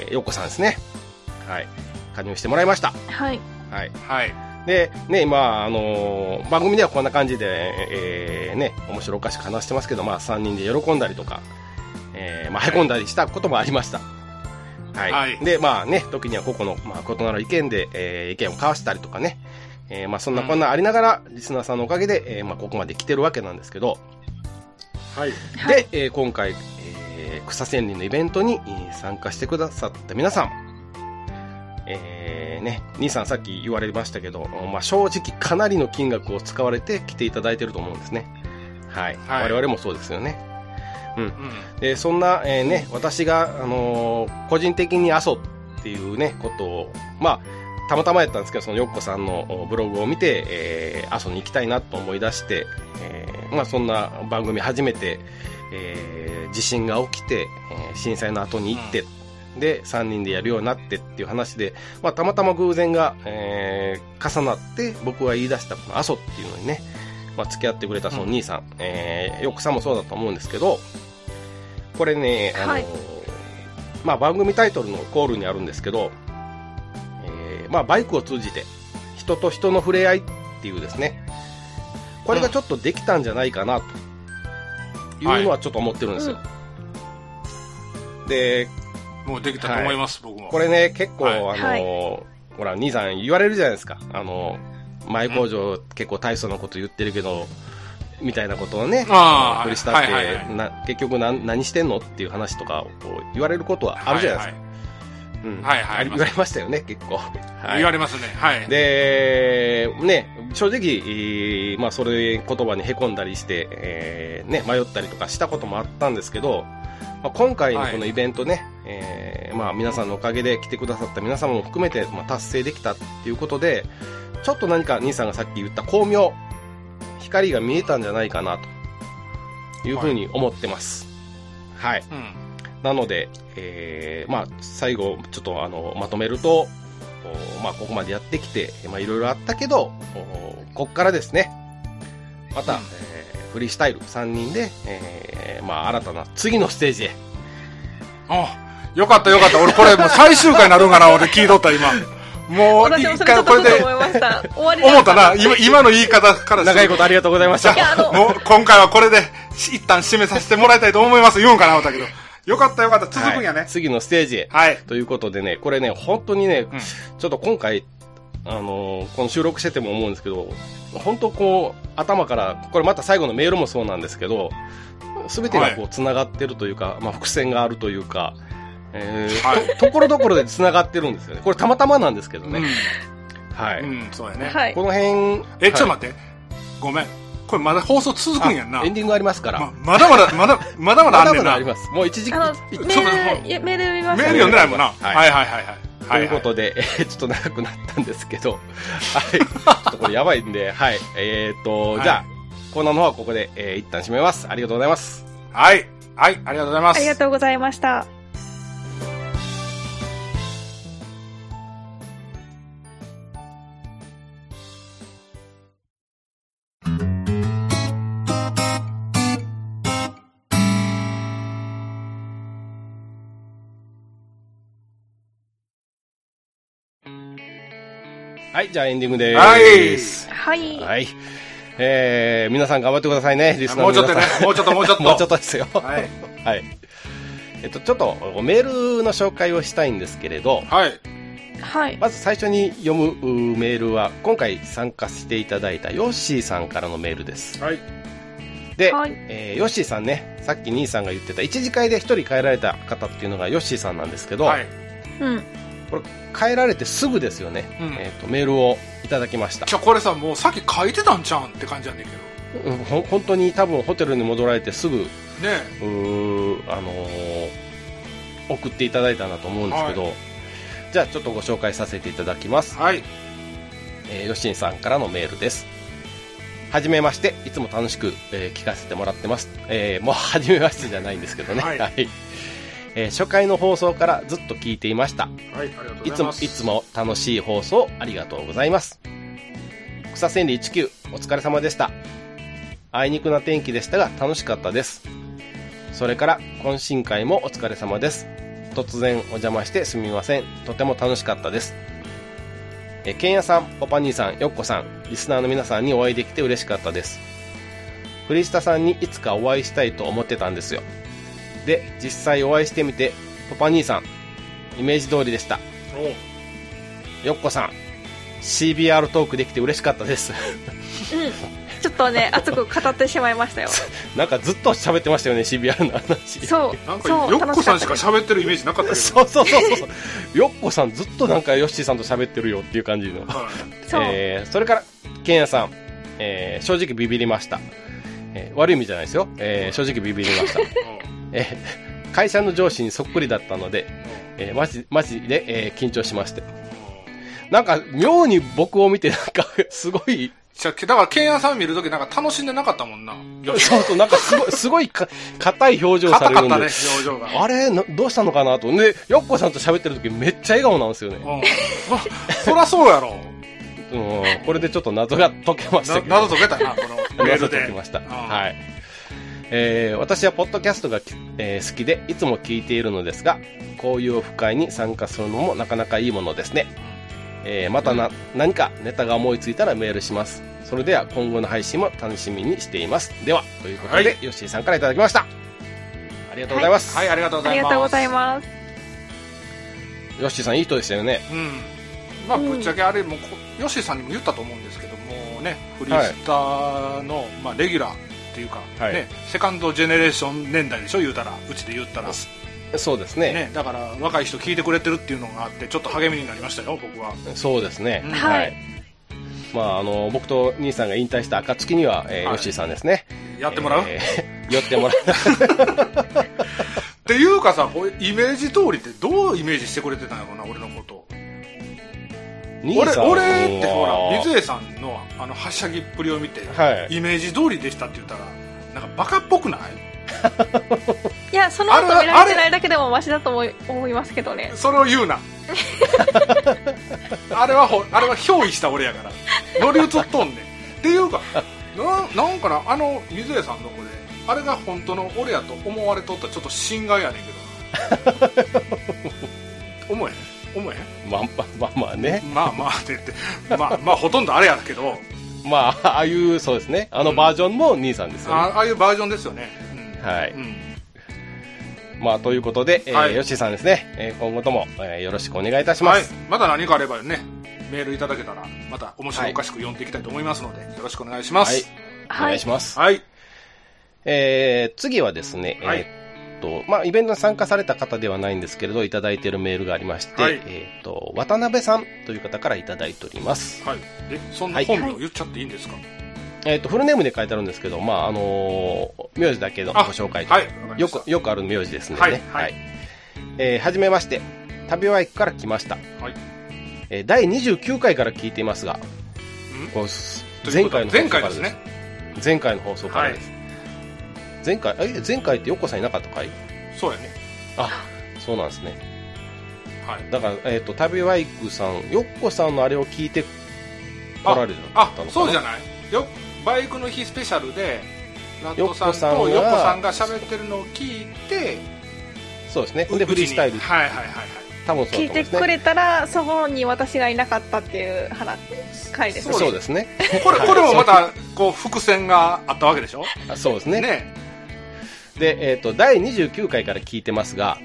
よっこさんですね。加入してもらいました。で、ね、番組ではこんな感じで、面白おかしく話してますけど、3人で喜んだりとか、へこんだりしたこともありました。で、時には個々の、異なる意見で、意見を交わしたりとかね、そんなこんなありながら、リスナーさんのおかげで、ここまで来てるわけなんですけど、で、今回、草千里のイベントに参加してくださった皆さん、 兄さんさっき言われましたけど、まあ、正直かなりの金額を使われて来ていただいてると思うんですね。はい。我々もそうですよね。で、そんな、私が、個人的に阿蘇っていうね、ことを、まあ、たまたまやったんですけど、そのよっこさんのブログを見て、阿蘇に行きたいなと思い出して、まあ、そんな番組初めて、地震が起きて、震災の後に行って、で、3人でやるようになってっていう話で、まあ、たまたま偶然が、重なって、僕が言い出したこの阿蘇っていうのにね、まあ、付き合ってくれたその兄さん、よっこさんもそうだと思うんですけど、これね、まあ、番組タイトルのコールにあるんですけど、まあ、バイクを通じて人と人の触れ合いっていうですね、これがちょっとできたんじゃないかなというのはちょっと思ってるんですよ。で、 もうできたと思います、僕も。 これね、結構、ほら、兄さん言われるじゃないですか。前工場結構大層なこと言ってるけど、みたいなことをね、振りしたって、結局何してんのっていう話とかを言われることはあるじゃないですか。言われましたよね、結構。 言われますね。はい。 で、ね、正直、まあ、それ言葉に凹んだりして、迷ったりとかしたこともあったんですけど、まあ、今回のこのイベントね、まあ、皆さんのおかげで来てくださった皆様も含めて、まあ、達成できたっていうことで、ちょっと何か兄さんがさっき言った光明、光が見えたんじゃないかなというふうに思ってます。はい。なので、まあ、最後、ちょっとまとめると、まあ、ここまでやってきて、まあ、いろいろあったけど、こっからですね、また、フリースタイル3人で、まあ、新たな次のステージへ。 よかったよかった。俺これもう最終回になるんかな、俺聞いとった今。もう一回これで思ったな。今の言い方から長いことありがとうございました。 もう今回はこれで一旦締めさせてもらいたいと思います。言うんかな思ったけど。よかったよかった。続くんやね。 次のステージへ。 はい。 ということでね、これね、本当にね、ちょっと今回、この収録してても思うんですけど、本当こう、頭から、これまた最後のメールもそうなんですけど、すべてがこう、繋がってるというか、まあ、伏線があるというか、ところどころで繋がってるんですよね。これたまたまなんですけどね。はい。 そうやね。 この辺、 ちょっと待って。ごめん。これまだ放送続くんやんな。 エンディングありますから。 まだまだあんねんな。 まだまだあります。もう一時期。 メール見ました。 メール読んでないもんな。はい。 ということで、ちょっと長くなったんですけど、はい。ちょっとこれやばいんで、はい。じゃあ、コーナーの方はここで、一旦締めます。ありがとうございます。 はい。ありがとうございます。 ありがとうございました。 はい、じゃあエンディングでーす。 はい。 はい。皆さん頑張ってくださいね、リスナーの皆さん。 もうちょっとね、もうちょっと。 もうちょっとですよ。はい。はい。ちょっとメールの紹介をしたいんですけれど、 はい。 はい。 まず最初に読むメールは、今回参加していただいたヨッシーさんからのメールです。 はい。 で、ヨッシーさんね、さっき兄さんが言ってた、一次会で一人帰られた方っていうのがヨッシーさんなんですけど、 はい。 これ帰られてすぐですよね、メールをいただきました。 これさ、もうさっき書いてたんちゃうんって感じなんだけど、本当に多分ホテルに戻られてすぐ、ね、送っていただいたんだと思うんですけど、じゃあちょっとご紹介させていただきます。 はい。 ヨシンさんからのメールです。はじめまして、いつも楽しく、聞かせてもらってます。もうはじめましてじゃないんですけどね。はい。初回の放送からずっと聞いていました。 はい、ありがとうございます。 いつも楽しい放送ありがとうございます。草千里19、お疲れ様でした。あいにくな天気でしたが楽しかったです。それから懇親会もお疲れ様です。突然お邪魔してすみません。とても楽しかったです。ケンヤさん、パパ兄さん、ヨッコさん、リスナーの皆さんにお会いできて嬉しかったです。フリスタさんにいつかお会いしたいと思ってたんですよ。で、実際お会いしてみて、パパ兄さん、イメージ通りでした。ヨッコさん、CBR トークできて嬉しかったです。 ちょっとね熱く語ってしまいましたよ。 なんかずっと喋ってましたよね、CBR の話。 そうなんかよっこさんしか喋ってるイメージなかったけど。 そうよっこさんずっとなんかヨッシーさんと喋ってるよっていう感じの、 そうそれからケンヤさん、正直ビビりました、悪い意味じゃないですよ、正直ビビりました、会社の上司にそっくりだったので、マジで、緊張しまして、なんか妙に僕を見てなんかすごい、 だからケンヤさん見るときなんか楽しんでなかったもんな。 そうなんかすごい硬い表情されるんで、 硬かったね、表情が。 あれどうしたのかなと。でよっこさんと喋ってるときめっちゃ笑顔なんですよね。 そらそうやろ。 これでちょっと謎が解けましたけど。 謎解けたな、このメールで。 謎解けました。はい。私はポッドキャストが、好きでいつも聞いているのですが、こういうオフ会に参加するのもなかなかいいものですね。また何かネタが思いついたらメールします。それでは今後の配信も楽しみにしています。では、ということで、ヨッシーさんからいただきました。ありがとうございます。 はい、ありがとうございます。 ありがとうございます。 ヨッシーさんいい人でしたよね。 まあぶっちゃけあれもヨッシーさんにも言ったと思うんですけどもね、フリースターの、まあレギュラーっていうか、ね、セカンドジェネレーション年代でしょ、言うたら、うちで言ったら。 そうですね。 だから若い人聞いてくれてるっていうのがあってちょっと励みになりましたよ、僕は。 そうですね。 はい。 まあ僕と兄さんが引退した暁には、ヨッシーさんですね。 やってもらう？ 寄ってもらう。 っていうかさ、こうイメージ通りってどうイメージしてくれてたんやろうな、俺のこと。俺ってほら水江さんのはしゃぎっぷりを見て、イメージ通りでしたって言ったらなんかバカっぽくない？ いや、その後見られてないだけでもマシだと思いますけどね。 それを言うな。あれは憑依した俺やから乗り移っとんねん。っていうかなんかな、水江さんの子であれが本当の俺やと思われとったらちょっと心外やねんけど思えへんまあね、 まあって言ってまあほとんどあれやけど、 まあああいうそうですね、バージョンの兄さんですよね。 ああいうバージョンですよね。 はい。まあということで、ヨッシーさんですね、今後とも、よろしくお願いいたします。 また何かあればね、メールいただけたらまた面白おかしく読んでいきたいと思いますので、よろしくお願いします。 お願いします。 はい。 次はですね、まあイベントに参加された方ではないんですけれど、いただいているメールがありまして、渡辺さんという方からいただいております。 はい。そんな本名言っちゃっていいんですか？ フルネームで書いてあるんですけど、まあ名字だけのご紹介で、よくある名字ですのでね。はい。はじめまして、旅ワイクから来ました。はい。第29回から聞いていますが、前回の放送からです。前回の放送からです。前回ってヨッコさんいなかったかい？ そうやね。 そうなんですね。はい。だから旅ワイクさん、ヨッコさんのあれを聞いて来られたのかな？ そうじゃない？バイクの日スペシャルでラットさんとヨッコさんが喋ってるのを聞いて、 そうですね。でフリースタイル。 はい。 多分そう聞いてくれたらそこに私がいなかったっていう回ですね。 そうですね。 これもまたこう伏線があったわけでしょ？ そうですね。で第29回から聞いてますが、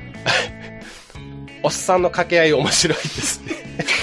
おっさんの掛け合い面白いですね。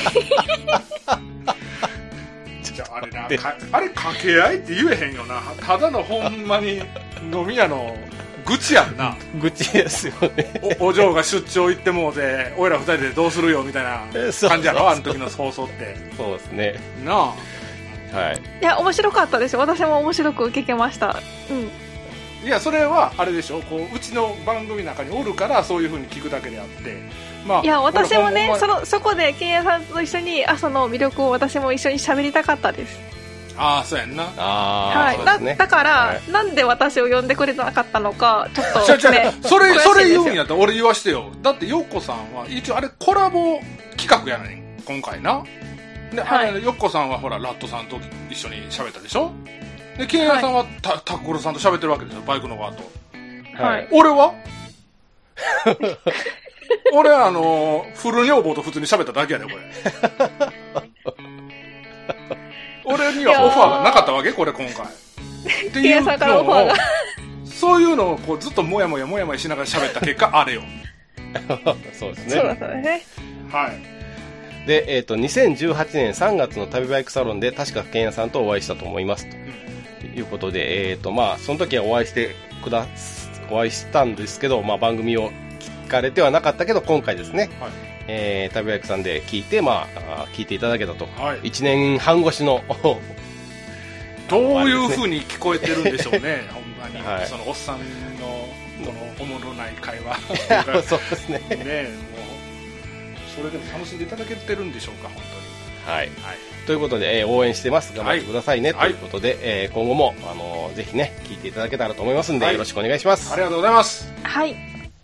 あれ掛け合いって言えへんよな。ただのほんまに飲み屋の愚痴やんな。 愚痴ですよね。 お嬢が出張行ってもうて、おいら二人でどうするよみたいな感じやろ、あの時の放送って。 そうですね。 なあ。 はい。いや、面白かったですよ。私も面白く聞けました。 いや、それはあれでしょ、うちの番組の中におるからそういう風に聞くだけであって、 いや、私もね、そこでケンヤさんと一緒に朝の魅力を私も一緒に喋りたかったです。 そうやんな。 だから、なんで私を呼んでくれなかったのか、ちょっとね。 それ言うんやったら俺言わしてよ。だってヨッコさんは一応あれコラボ企画やねん、今回な。で、ヨッコさんはほらラットさんと一緒に喋ったでしょ。で、ケンヤさんはタクコロさんと喋ってるわけですよ、バイクのワート。 はい。 俺は俺フル女房と普通に喋っただけやで、これ。俺にはオファーがなかったわけ、これ今回。っていうのを、そういうのをこうずっともやもやしながら喋った結果、あれよ。 そうですね。 そうだったね。 はい。 で、2018年3月の旅バイクサロンで確かケンヤさんとお会いしたと思いますと。 いうことで、まあ、その時はお会いしたんですけど、まあ、番組を聞かれてはなかったけど、今回ですね、旅バイクさんで聞いて、まあ、聞いていただけたと。1年半越しのどういう風に聞こえてるんでしょうね、ほんまに。そのおっさんの、このおもろない会話。 そうですね。 ね、もう、それでも楽しんでいただけてるんでしょうか、本当に。はい。 ということで、応援してます。頑張ってくださいね。ということで、今後も、ぜひね、聞いていただけたらと思いますんで、よろしくお願いします。 ありがとうございます。 はい。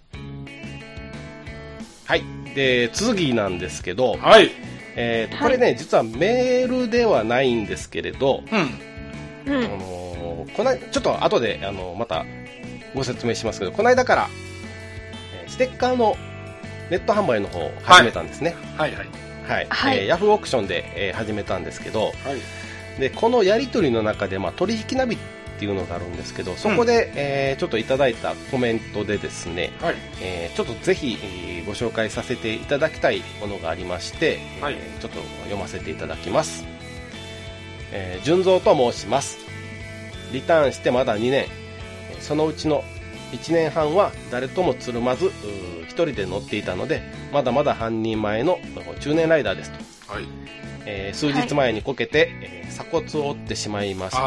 はい。で、次なんですけど、 はい。 これね、実はメールではないんですけれど、ちょっと後で、またご説明しますけど、この間から、ステッカーのネット販売の方を始めたんですね。ヤフーオークションで、始めたんですけど、でこのやり取りの中で、まあ、取引ナビっていうのがあるんですけど、そこで、ちょっといただいたコメントでですね、ちょっとぜひ、ご紹介させていただきたいものがありまして、ちょっと読ませていただきます。純三と申します。リターンしてまだ2年、そのうちの1年半は誰ともつるまず一人で乗っていたので、まだまだ半人前の中年ライダーですと。数日前にこけて、鎖骨を折ってしまいまして、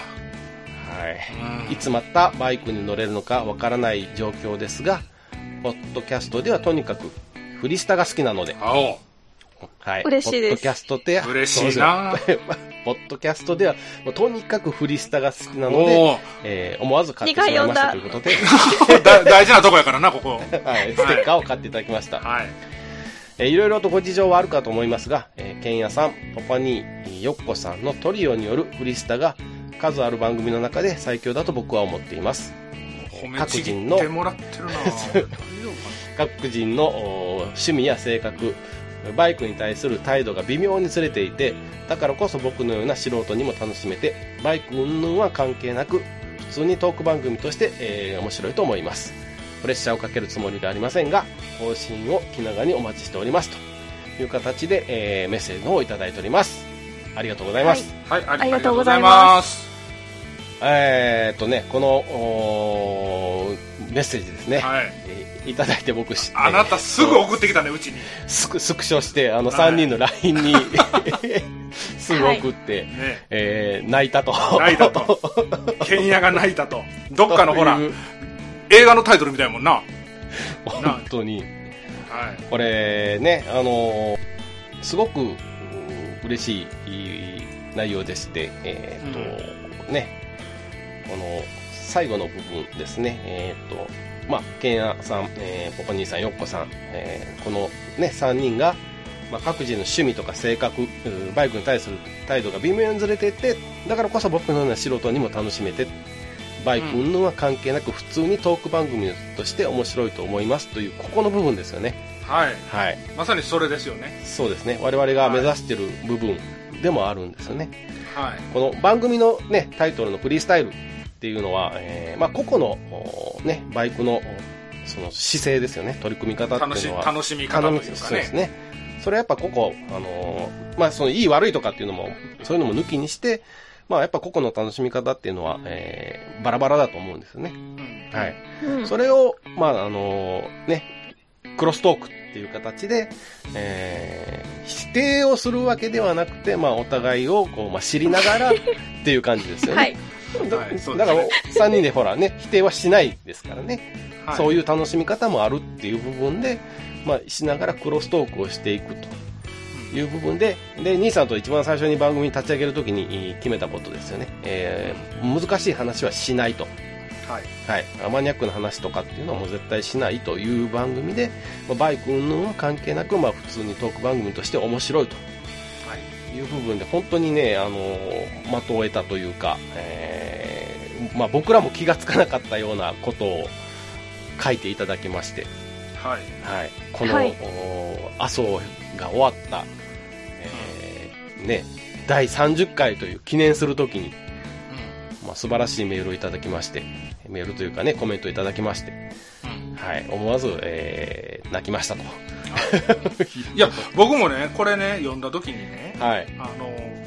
いつまたバイクに乗れるのかわからない状況ですが、ポッドキャストではとにかくフリスタが好きなので、 嬉しいです。 ポッドキャストで嬉しいなポッドキャストではとにかくフリスタが好きなので、思わず買ってしまいましたということで大事なとこやからな、ここ。 ステッカーを買っていただきました。いろいろとご事情はあるかと思いますが、ケンヤさん、パパニー、ヨッコさんのトリオによるフリスタが数ある番組の中で最強だと僕は思っています。 各人の各人の趣味や性格、バイクに対する態度が微妙にずれていて、だからこそ僕のような素人にも楽しめて、バイク云々は関係なく普通にトーク番組として、面白いと思います。プレッシャーをかけるつもりがありませんが、更新を気長にお待ちしておりますという形で、メッセージの方をいただいております。ありがとうございます。 ありがとうございます。 このメッセージですね、いただいて僕あなたすぐ送ってきたね、うちにスクショして3人の LINE にすぐ送って、泣いたとケンヤが泣いたと。どっかのほら映画のタイトルみたいもんな。 本当に、これね、すごく嬉しい内容でして、この最後の部分ですね、ケンヤさん、ポパ兄さん、ヨッコさん、このね3人が、各自の趣味とか性格、バイクに対する態度が微妙にずれていて、だからこそ僕のような素人にも楽しめて、バイク云々は関係なく普通にトーク番組として面白いと思いますという、ここの部分ですよね。 まさにそれですよね。 そうですね、我々が目指している部分でもあるんですよね。この番組の、ね、タイトルのフリースタイルっていうのは、個々の、ね、バイクのその姿勢ですよね、取り組み方っていうのは楽しみ方というかね。 そうですね。それはやっぱ個々、そのいい悪いとかっていうのもそういうのも抜きにして、やっぱ個々の楽しみ方っていうのは、バラバラだと思うんですよね。それをクロストークっていう形で、否定をするわけではなくて、お互いをこう、知りながらっていう感じですよね。だから3人でほらね、否定はしないですからね、そういう楽しみ方もあるっていう部分で、しながらクロストークをしていくという部分で、兄さんと一番最初に番組に立ち上げるときに決めたことですよね。難しい話はしないと。マニアックな話とかっていうのはもう絶対しないという番組で、バイク云々は関係なく、普通にトーク番組として面白いという部分で、本当にね、的を得たというか、僕らも気がつかなかったようなことを書いていただきまして、この、阿蘇が終わった、第30回という記念するときに、素晴らしいメールをいただきまして、メールというかね、コメントいただきまして、思わず、泣きましたと。 いや、僕もね、これね、読んだ時にね、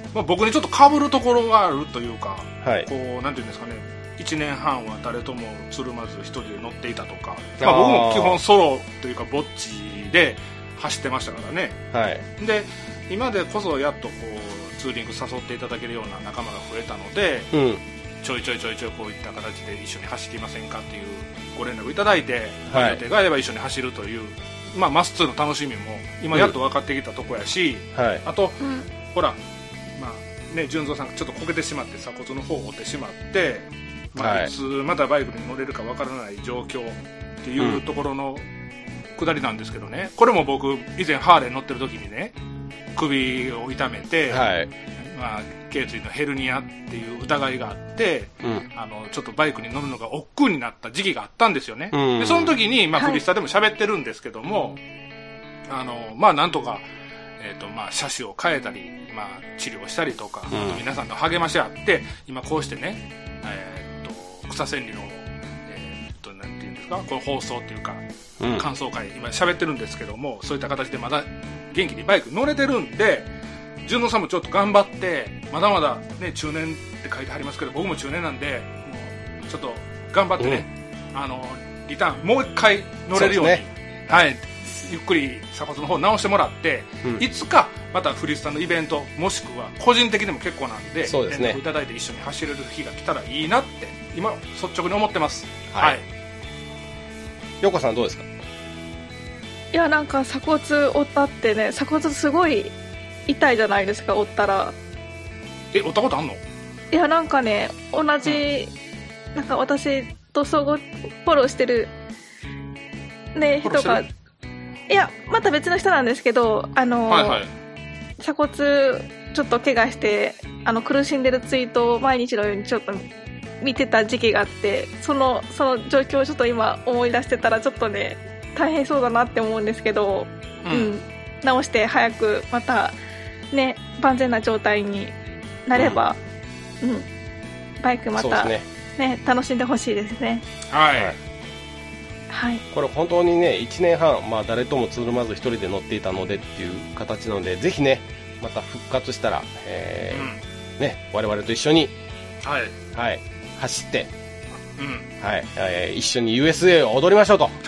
まあ、僕にちょっと被るところがあるというか、 はい、 こうなんていうんですかね、1年半は誰ともつるまず一人で乗っていたとか、まあ、僕も基本ソロというかぼっちで走ってましたからね、 はい、 で今でこそやっとこうツーリング誘っていただけるような仲間が増えたので、 うん、 ちょいちょいこういった形で一緒に走りませんかっていうご連絡いただいて、 はい、 予定があれば一緒に走るという、まあ、マス2の楽しみも今やっと分かってきたとこやし、 はい、 あと、ほら、まあね、純三さんがちょっとこけてしまって鎖骨の方を折ってしまって、まあ、いつまたバイクに乗れるか分からない状況っていうところの下りなんですけどね、これも僕以前ハーレー乗ってる時にね、首を痛めて、 はい、 まあ、頸椎のヘルニアっていう疑いがあって、ちょっとバイクに乗るのが億劫になった時期があったんですよね、でその時に、まあ、フリスタでも喋ってるんですけども、まあ、なんとか、まあ、車種を変えたり、まあ、治療したりとか、皆さんの励ましあって今こうしてね、草千里の、なんていうんですか、この放送っていうか、感想会今喋ってるんですけども、そういった形でまだ元気にバイク乗れてるんで、純野さんもちょっと頑張って、まだまだ、ね、中年って書いてありますけど、僕も中年なんで、もうちょっと頑張ってね、リターンもう一回乗れるように、はい、ゆっくり鎖骨の方直してもらって、いつかまたフリスタのイベント、もしくは個人的でも結構なんで、 そうですね、 連絡いただいて一緒に走れる日が来たらいいなって今率直に思ってます。 はい。ヨコさんどうですか？ いや、なんか鎖骨折ったってね、鎖骨すごい痛いじゃないですか、折ったら。 折ったことあんの？ いや、なんかね、同じ、なんか私と相互フォローしてるね、人が、いや、また別の人なんですけど、鎖骨ちょっと怪我して苦しんでるツイートを毎日のようにちょっと見てた時期があって、その状況をちょっと今思い出してたらちょっとね、大変そうだなって思うんですけど、直して早くまたね、万全な状態になれば、バイクまた ね楽しんでほしいですね。 はい、 はい、 これ本当にね、1年半、まあ、誰ともつるまず一人で乗っていたのでっていう形なので、ぜひねまた復活したら、ね、我々と一緒に、 はいはい、走って、はい、一緒に USA を踊りましょうと。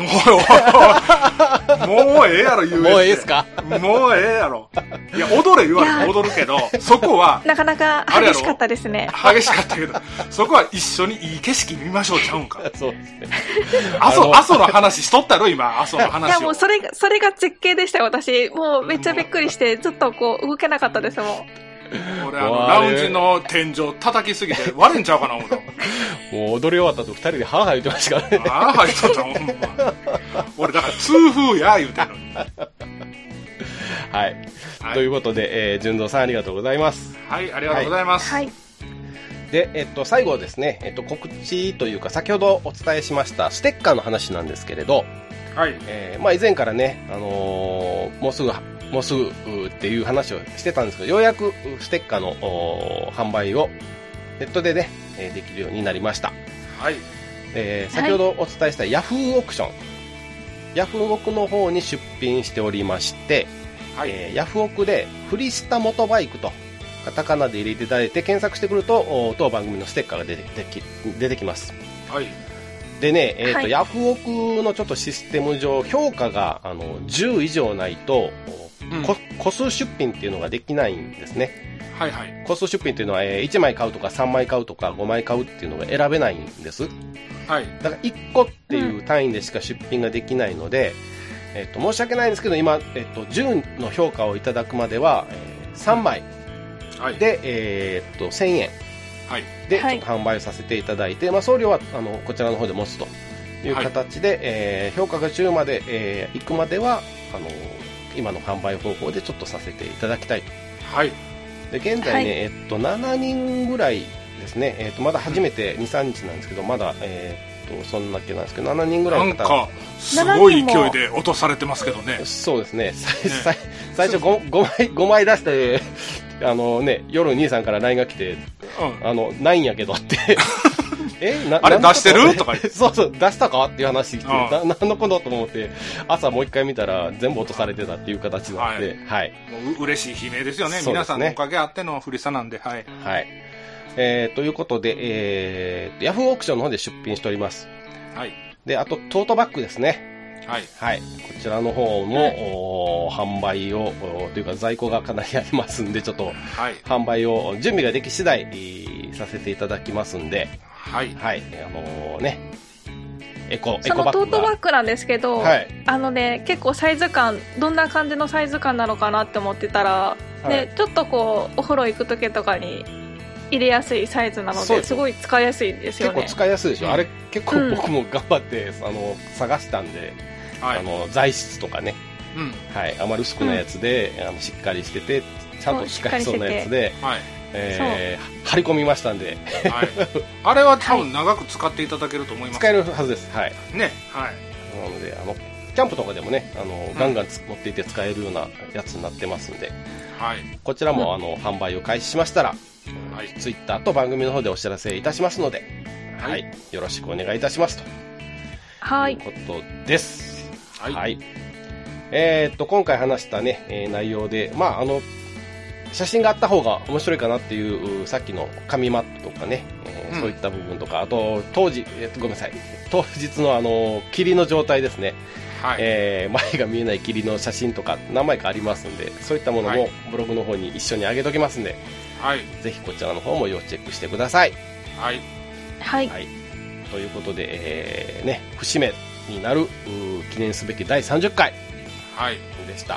もうええやろ USA。 もうええですか？ もうええやろ。いや、踊れ言われて踊るけど、そこはなかなか激しかったですね。 激しかったけど、そこは一緒にいい景色見ましょうちゃうんか。 そうですね。 阿蘇の話しとったろ今、阿蘇の話を。 いや、もうそれが絶景でしたよ。私もうめっちゃびっくりしてずっとこう動けなかったですもん。 俺ラウンジの天井叩きすぎて割れんちゃうかな思った。 もう踊り終わったと2人でハーハー言ってましたからね。 ハーハー言っとったほんま。俺だから痛風や言うてんのに。 はい、ということで、純三さんありがとうございます。 はい、ありがとうございます。 はい、 で、最後ですね、告知というか先ほどお伝えしましたステッカーの話なんですけれど、 はい、 まあ、以前からね、もうすぐっていう話をしてたんですけど、ようやくステッカーの販売をネットでね、できるようになりました。 はい。 先ほどお伝えしたヤフーオークション、ヤフーオクの方に出品しておりまして、はい、ヤフオクでフリスタモトバイクとカタカナで入れていただいて検索してくると当番組のステッカーが出てきます。はい。でね、はい、ヤフオクのちょっとシステム上評価が10以上ないと、個数出品っていうのができないんですね。 はいはい。 個数出品っていうのは、1枚買うとか3枚買うとか5枚買うっていうのが選べないんです。はい。だから1個っていう単位でしか出品ができないので、申し訳ないんですけど今、10の評価をいただくまでは、3枚で、1000円でちょっと販売させていただいて、まあ、送料はこちらの方で持つという形で、評価が10まで、行くまでは今の販売方法でちょっとさせていただきたいと。はい。で現在ね、7人ぐらいですね、まだ初めて 2,3 日なんですけど、まだ、そんなっけなんですけど、7人ぐらいの方なんかすごい勢いで落とされてますけどね。 そうですね。最初 5枚出して夜兄さんから LINE が来て、ないんやけどってあれ出してるとか言って。 そうそう、出したかっていう話して、何のことと思って、朝もう一回見たら全部落とされてたっていう形になって、はい。 もう嬉しい悲鳴ですよね。皆さんのおかげあってのフリサなんで、はい。 はい。ということで、ヤフーオークションの方で出品しております。 はい。 で、あと、トートバッグですね。 はい。 はい。こちらの方の、販売を、というか在庫がかなりありますんで、ちょっと、はい、販売を、準備ができ次第、させていただきますんで、 はい。 はい。エコバッグ。 そのトートバッグなんですけど、 はい、 結構サイズ感、どんな感じのサイズ感なのかなって思ってたら、ね、はい、ちょっとこう、お風呂行くときとかに、入れやすいサイズなので、すごい使いやすいですよね。 結構使いやすいでしょ。あれ、結構僕も頑張って、探したんで、はい、材質とかね、はい、あまり薄くないやつで、しっかりしてて、ちゃんと使えそうなやつで、張り込みましたんで、 はい、あれは多分長く使っていただけると思います。 使えるはずです。はい。 ね、はい。 なので、キャンプとかでもね、ガンガン持っていて使えるようなやつになってますんで、 はい。 こちらも、販売を開始しましたら、はい、ツイッターと番組の方でお知らせいたしますので、はい、はい、よろしくお願いいたしますと。 はい。 ということです。 はい。 はい、今回話したね、内容で、写真があった方が面白いかなっていう、さっきの紙マットとかね、そういった部分とか、あと、ごめんなさい。当日の霧の状態ですね。はい、前が見えない霧の写真とか何枚かありますんで、そういったものもブログの方に一緒に上げときますんで、はい、ぜひこちらの方も要チェックしてください。 はい。 はい。はい、 ということで、節目になる記念すべき第30回でした。はい。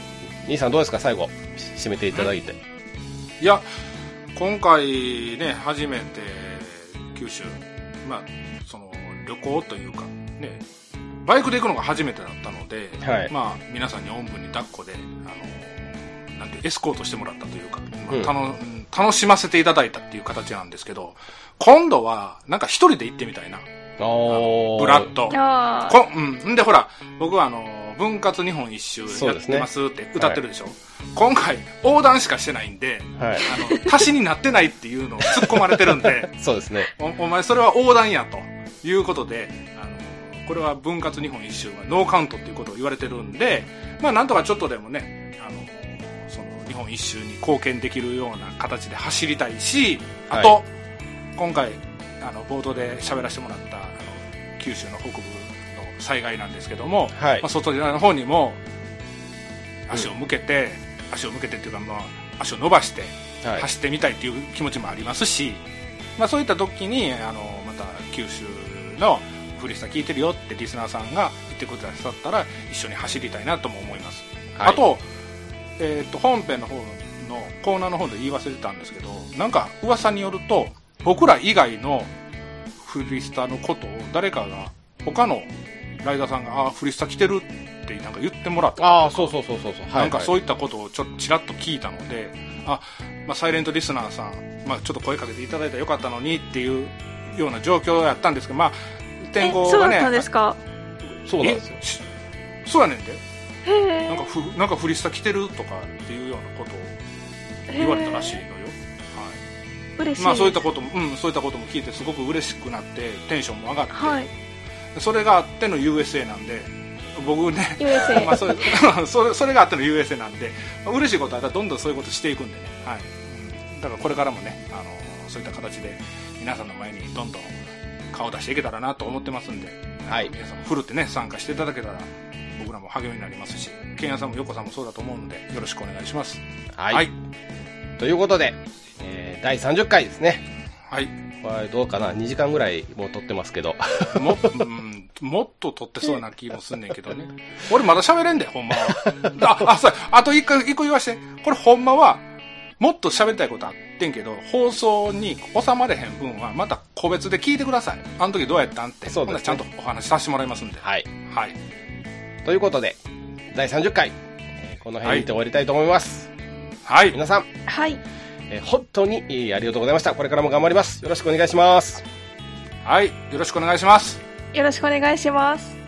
兄さんどうですか、最後締めていただいて。 いや、今回ね、初めて九州、旅行というかね、バイクで行くのが初めてだったので、はい、皆さんにおんぶに抱っこでなんてエスコートしてもらったというか、楽しませていただいたっていう形なんですけど、今度はなんか一人で行ってみたいな。ブラッと。でほら、僕は分割日本一周やってますって歌ってるでしょ。はい、今回横断しかしてないんで、はい、足しになってないっていうのを突っ込まれてるんで、 そうですね。 お前それは横断やということで、これは分割日本一周はノーカウントっていうことを言われてるんで、なんとかちょっとでもね、その日本一周に貢献できるような形で走りたいし、あと、はい、今回冒頭で喋らせてもらった九州の北部の災害なんですけども、はい、外側の方にも足を向けてっていうか、足を伸ばして走ってみたいっていう気持ちもありますし、そういった時にまた九州のフリスタ聞いてるよってリスナーさんが言ってくださったら一緒に走りたいなとも思います。はい、あと、本編の方のコーナーの方で言い忘れてたんですけど、なんか噂によると僕ら以外のフリスタのことを誰かが他のライダーさんがフリスタ来てるってなんか言ってもらったとか、 そう、 なんかそういったことをちらっと聞いたので、サイレントリスナーさん、ちょっと声かけていただいたらよかったのにっていうような状況やったんですけど、天候がね、 そうだったんですか。 そうなんですよ。 そうやねんで。なんかフリスタ来てるとかっていうようなことを言われたらしいのよ。 嬉しい。 そういったことも聞いてすごく嬉しくなってテンションも上がって、はい、それがあっての USA なんで、僕ね、USA それがあっての USA なんで、嬉しいことはどんどんそういうことしていくんでね、はい、だからこれからもね、そういった形で皆さんの前にどんどん顔出していけたらなと思ってますんで、はい、皆さんもふるってね参加していただけたら僕らも励みになりますし、ケンヤさんもヨコさんもそうだと思うのでよろしくお願いします。 はい、はい、ということで、第30回ですね。 はい。 これどうかな、2時間ぐらいもう撮ってますけどもっと撮ってそうな気もすんねんけどね。俺まだ喋れんで、ほんまは。あと一個言わして。これほんまはもっと喋りたいことあってんけど、放送に収まれへん分はまた個別で聞いてください。あの時どうやったんって。そうですね。ちゃんとお話しさせてもらいますんで。 はい。 はい。 ということで、第30回、この辺にて終わりたいと思います。 はい。 皆さん。 はい。 本当にありがとうございました。これからも頑張ります。よろしくお願いします。 はい、よろしくお願いします。 よろしくお願いします。